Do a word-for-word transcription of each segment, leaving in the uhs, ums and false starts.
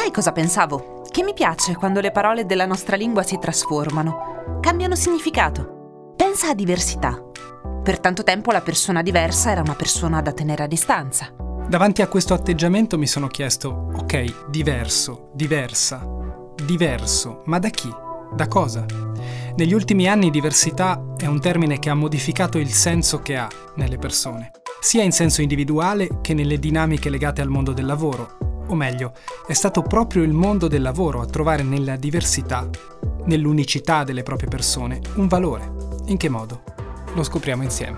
Sai cosa pensavo? Che mi piace quando le parole della nostra lingua si trasformano, cambiano significato. Pensa a diversità. Per tanto tempo la persona diversa era una persona da tenere a distanza. Davanti a questo atteggiamento mi sono chiesto, ok, diverso, diversa, diverso, ma da chi? Da cosa? Negli ultimi anni diversità è un termine che ha modificato il senso che ha nelle persone, sia in senso individuale che nelle dinamiche legate al mondo del lavoro. O meglio, è stato proprio il mondo del lavoro a trovare nella diversità, nell'unicità delle proprie persone, un valore. In che modo? Lo scopriamo insieme.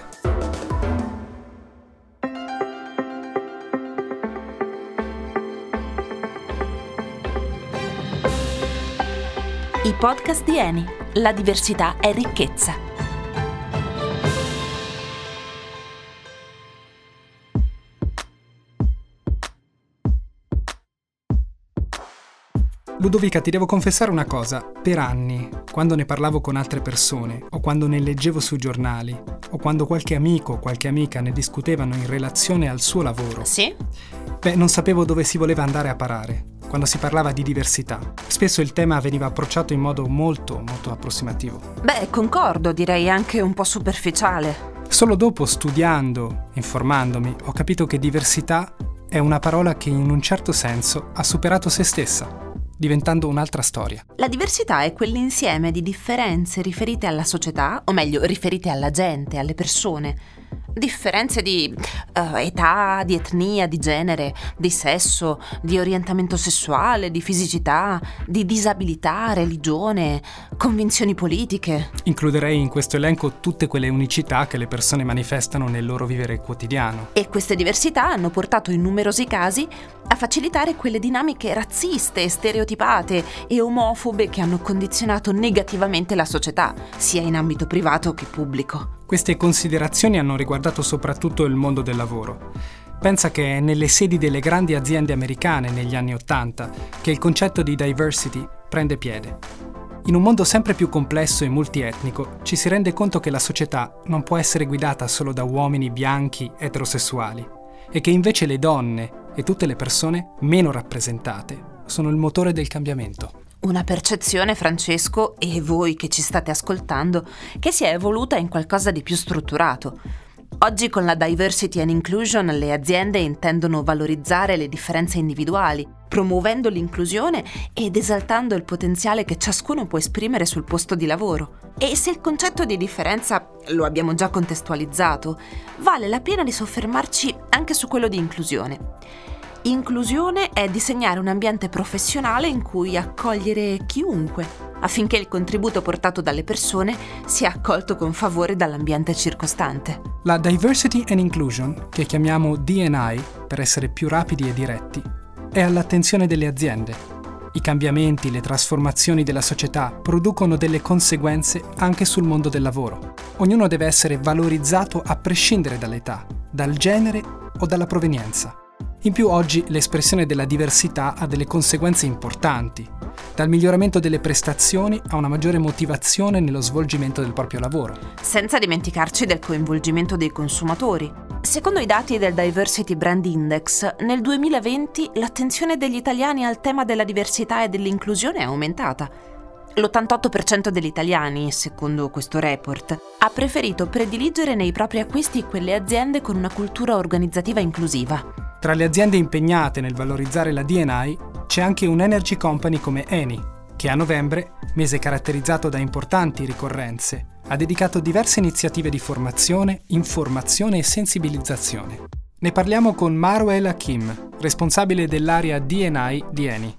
I podcast di Eni. La diversità è ricchezza. Ludovica, ti devo confessare una cosa. Per anni, quando ne parlavo con altre persone, o quando ne leggevo sui giornali, o quando qualche amico o qualche amica ne discutevano in relazione al suo lavoro, Sì? beh, non sapevo dove si voleva andare a parare, quando si parlava di diversità. Spesso il tema veniva approcciato in modo molto, molto approssimativo. Beh, concordo, direi anche un po' superficiale. Solo dopo, studiando, informandomi, ho capito che diversità è una parola che in un certo senso ha superato se stessa, diventando un'altra storia. La diversità è quell'insieme di differenze riferite alla società, o meglio, riferite alla gente, alle persone. Differenze di uh, età, di etnia, di genere, di sesso, di orientamento sessuale, di fisicità, di disabilità, religione, convinzioni politiche. Includerei in questo elenco tutte quelle unicità che le persone manifestano nel loro vivere quotidiano. E queste diversità hanno portato in numerosi casi a facilitare quelle dinamiche razziste, stereotipate e omofobe che hanno condizionato negativamente la società, sia in ambito privato che pubblico. Queste considerazioni hanno riguardato soprattutto il mondo del lavoro. Pensa che è nelle sedi delle grandi aziende americane negli anni Ottanta che il concetto di diversity prende piede. In un mondo sempre più complesso e multietnico ci si rende conto che la società non può essere guidata solo da uomini bianchi eterosessuali e che invece le donne e tutte le persone meno rappresentate sono il motore del cambiamento. Una percezione, Francesco, e voi che ci state ascoltando, che si è evoluta in qualcosa di più strutturato. Oggi con la Diversity and Inclusion le aziende intendono valorizzare le differenze individuali, promuovendo l'inclusione ed esaltando il potenziale che ciascuno può esprimere sul posto di lavoro. E se il concetto di differenza lo abbiamo già contestualizzato, vale la pena di soffermarci anche su quello di inclusione. Inclusione è disegnare un ambiente professionale in cui accogliere chiunque, affinché il contributo portato dalle persone sia accolto con favore dall'ambiente circostante. La Diversity and Inclusion, che chiamiamo D and I per essere più rapidi e diretti, è all'attenzione delle aziende. I cambiamenti, le trasformazioni della società producono delle conseguenze anche sul mondo del lavoro. Ognuno deve essere valorizzato a prescindere dall'età, dal genere o dalla provenienza. In più oggi l'espressione della diversità ha delle conseguenze importanti, dal miglioramento delle prestazioni a una maggiore motivazione nello svolgimento del proprio lavoro. Senza dimenticarci del coinvolgimento dei consumatori. Secondo i dati del Diversity Brand Index, nel duemilaventi l'attenzione degli italiani al tema della diversità e dell'inclusione è aumentata. L'ottantotto per cento degli italiani, secondo questo report, ha preferito prediligere nei propri acquisti quelle aziende con una cultura organizzativa inclusiva. Tra le aziende impegnate nel valorizzare la D and I c'è anche un energy company come Eni, che a novembre, mese caratterizzato da importanti ricorrenze, ha dedicato diverse iniziative di formazione, informazione e sensibilizzazione. Ne parliamo con Marwa El Hakim, responsabile dell'area D and I di Eni.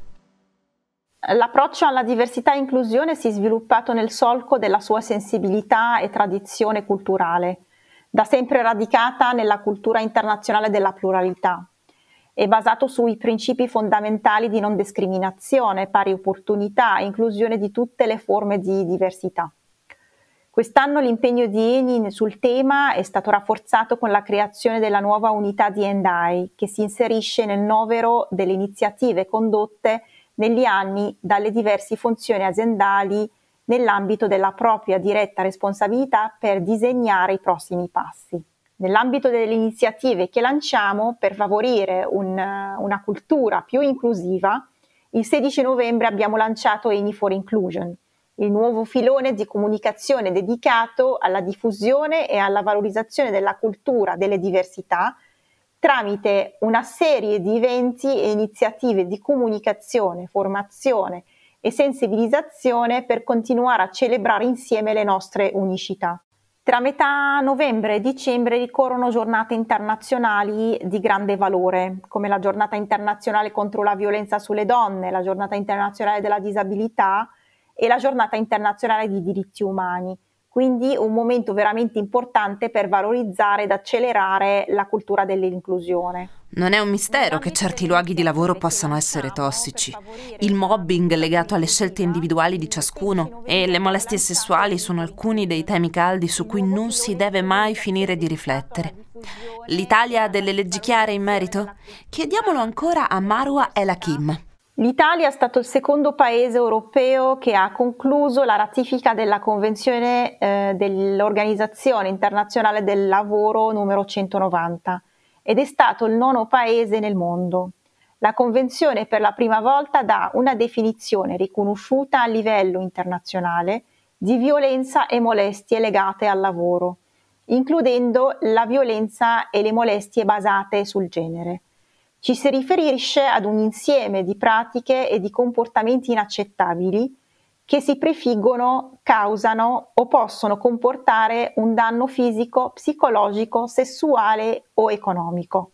L'approccio alla diversità e inclusione si è sviluppato nel solco della sua sensibilità e tradizione culturale, da sempre radicata nella cultura internazionale della pluralità. È basato sui principi fondamentali di non discriminazione, pari opportunità e inclusione di tutte le forme di diversità. Quest'anno l'impegno di Eni sul tema è stato rafforzato con la creazione della nuova unità D and I, che si inserisce nel novero delle iniziative condotte negli anni dalle diverse funzioni aziendali nell'ambito della propria diretta responsabilità per disegnare i prossimi passi. Nell'ambito delle iniziative che lanciamo per favorire un, una cultura più inclusiva, il sedici novembre abbiamo lanciato Eni for Inclusion, il nuovo filone di comunicazione dedicato alla diffusione e alla valorizzazione della cultura delle diversità tramite una serie di eventi e iniziative di comunicazione, formazione e sensibilizzazione per continuare a celebrare insieme le nostre unicità. Tra metà novembre e dicembre ricorrono giornate internazionali di grande valore, come la Giornata internazionale contro la violenza sulle donne, la Giornata internazionale della disabilità e la Giornata internazionale di diritti umani. Quindi un momento veramente importante per valorizzare ed accelerare la cultura dell'inclusione. Non è un mistero che certi luoghi di lavoro possano essere tossici. Il mobbing legato alle scelte individuali di ciascuno e le molestie sessuali sono alcuni dei temi caldi su cui non si deve mai finire di riflettere. L'Italia ha delle leggi chiare in merito? Chiediamolo ancora a Marwa El Hakim. L'Italia è stato il secondo paese europeo che ha concluso la ratifica della Convenzione eh, dell'Organizzazione Internazionale del Lavoro numero centonovanta ed è stato il nono paese nel mondo. La Convenzione per la prima volta dà una definizione riconosciuta a livello internazionale di violenza e molestie legate al lavoro, includendo la violenza e le molestie basate sul genere. Ci si riferisce ad un insieme di pratiche e di comportamenti inaccettabili che si prefiggono, causano o possono comportare un danno fisico, psicologico, sessuale o economico.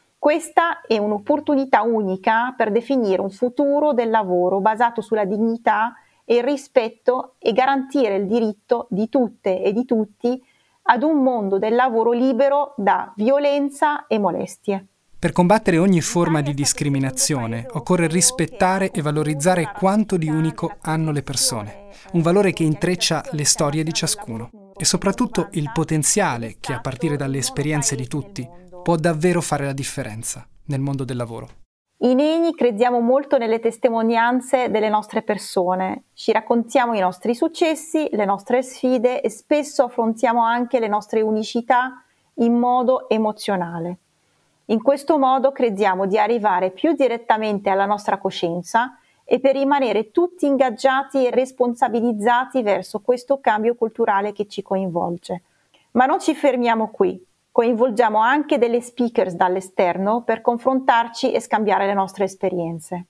Questa è un'opportunità unica per definire un futuro del lavoro basato sulla dignità e il rispetto e garantire il diritto di tutte e di tutti ad un mondo del lavoro libero da violenza e molestie. Per combattere ogni forma di discriminazione occorre rispettare e valorizzare quanto di unico hanno le persone, un valore che intreccia le storie di ciascuno e soprattutto il potenziale che, a partire dalle esperienze di tutti, può davvero fare la differenza nel mondo del lavoro. In Eni crediamo molto nelle testimonianze delle nostre persone, ci raccontiamo i nostri successi, le nostre sfide e spesso affrontiamo anche le nostre unicità in modo emozionale. In questo modo crediamo di arrivare più direttamente alla nostra coscienza e per rimanere tutti ingaggiati e responsabilizzati verso questo cambio culturale che ci coinvolge. Ma non ci fermiamo qui, coinvolgiamo anche delle speakers dall'esterno per confrontarci e scambiare le nostre esperienze.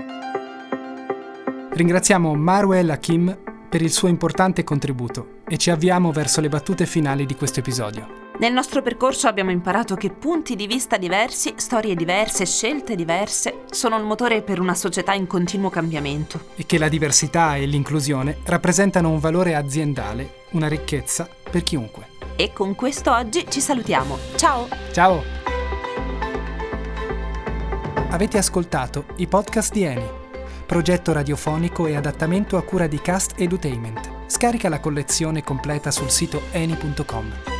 Ringraziamo Marwa El Hakim per il suo importante contributo e ci avviamo verso le battute finali di questo episodio. Nel nostro percorso abbiamo imparato che punti di vista diversi, storie diverse, scelte diverse sono il motore per una società in continuo cambiamento. E che la diversità e l'inclusione rappresentano un valore aziendale, una ricchezza per chiunque. E con questo oggi ci salutiamo. Ciao! Ciao! Avete ascoltato i podcast di Eni, progetto radiofonico e adattamento a cura di Cast Edutainment. Scarica la collezione completa sul sito eni punto com.